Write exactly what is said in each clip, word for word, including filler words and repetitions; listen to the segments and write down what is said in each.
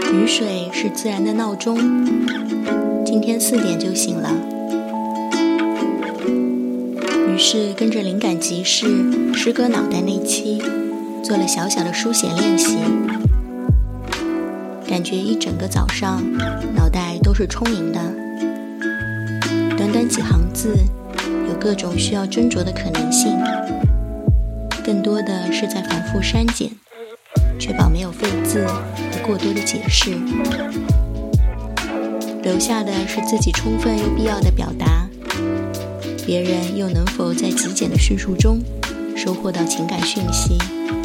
雨水是自然的闹钟，今天四点就醒了。于是跟着灵感集市诗歌脑袋那期做了小小的书写练习，感觉一整个早上脑袋都是充盈的。短短几行字，有各种需要斟酌的可能性，更多的是在反复删减，确保没有废字和过多的解释，留下的是自己充分又必要的表达，别人又能否在极简的叙述中收获到情感讯息。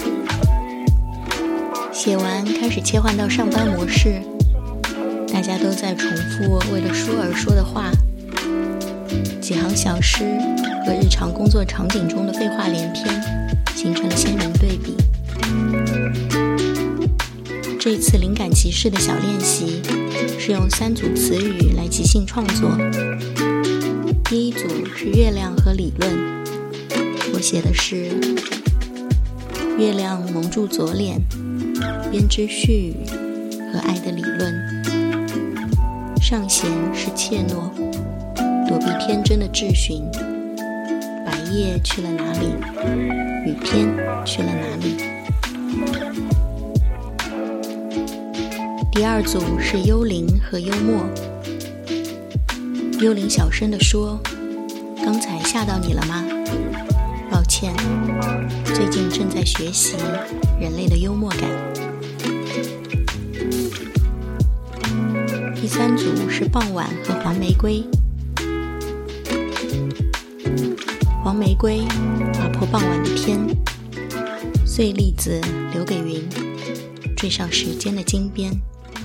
写完开始切换到上班模式，大家都在重复为了说而说的话，几行小诗和日常工作场景中的废话连篇形成了鲜明对比。这次灵感集市的小练习是用三组词语来即兴创作。第一组是月亮和理论，我写的是月亮蒙住左脸，编织絮语和爱的理论。上弦是怯懦，躲避天真的质询，白夜去了哪里，雨天去了哪里。第二组是幽灵和幽默。幽灵小声地说，刚才吓到你了吗？抱歉，最近正在学习人类的幽默感。第三组是傍晚和黄玫瑰。黄玫瑰划破傍晚的天，碎粒子留给云，缀上时间的金边。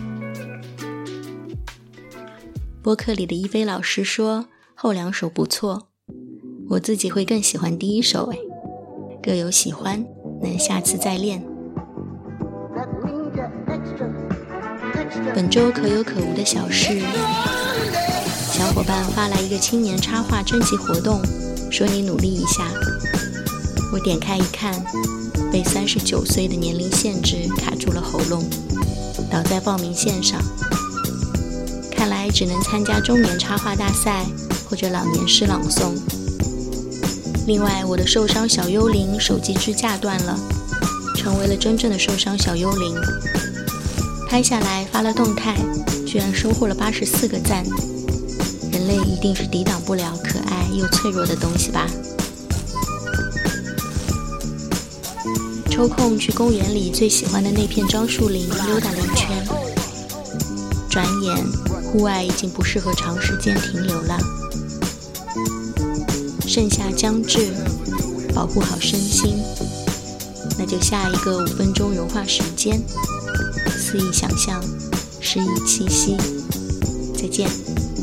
播客里的一菲老师说后两首不错，我自己会更喜欢第一首诶，各有喜欢，那下次再练。本周可有可无的小事，小伙伴发来一个青年插画征集活动，说你努力一下。我点开一看，被三十九岁的年龄限制卡住了喉咙，倒在报名线上。看来只能参加中年插画大赛或者老年诗朗诵。另外，我的受伤小幽灵手机支架断了，成为了真正的受伤小幽灵。拍下来发了动态，居然收获了八十四个赞。人类一定是抵挡不了可爱又脆弱的东西吧。抽空去公园里最喜欢的那片樟树林溜达了一圈，转眼户外已经不适合长时间停留了。盛夏将至，保护好身心，那就下一个五分钟融化时间，肆意想象，诗意气息。再见。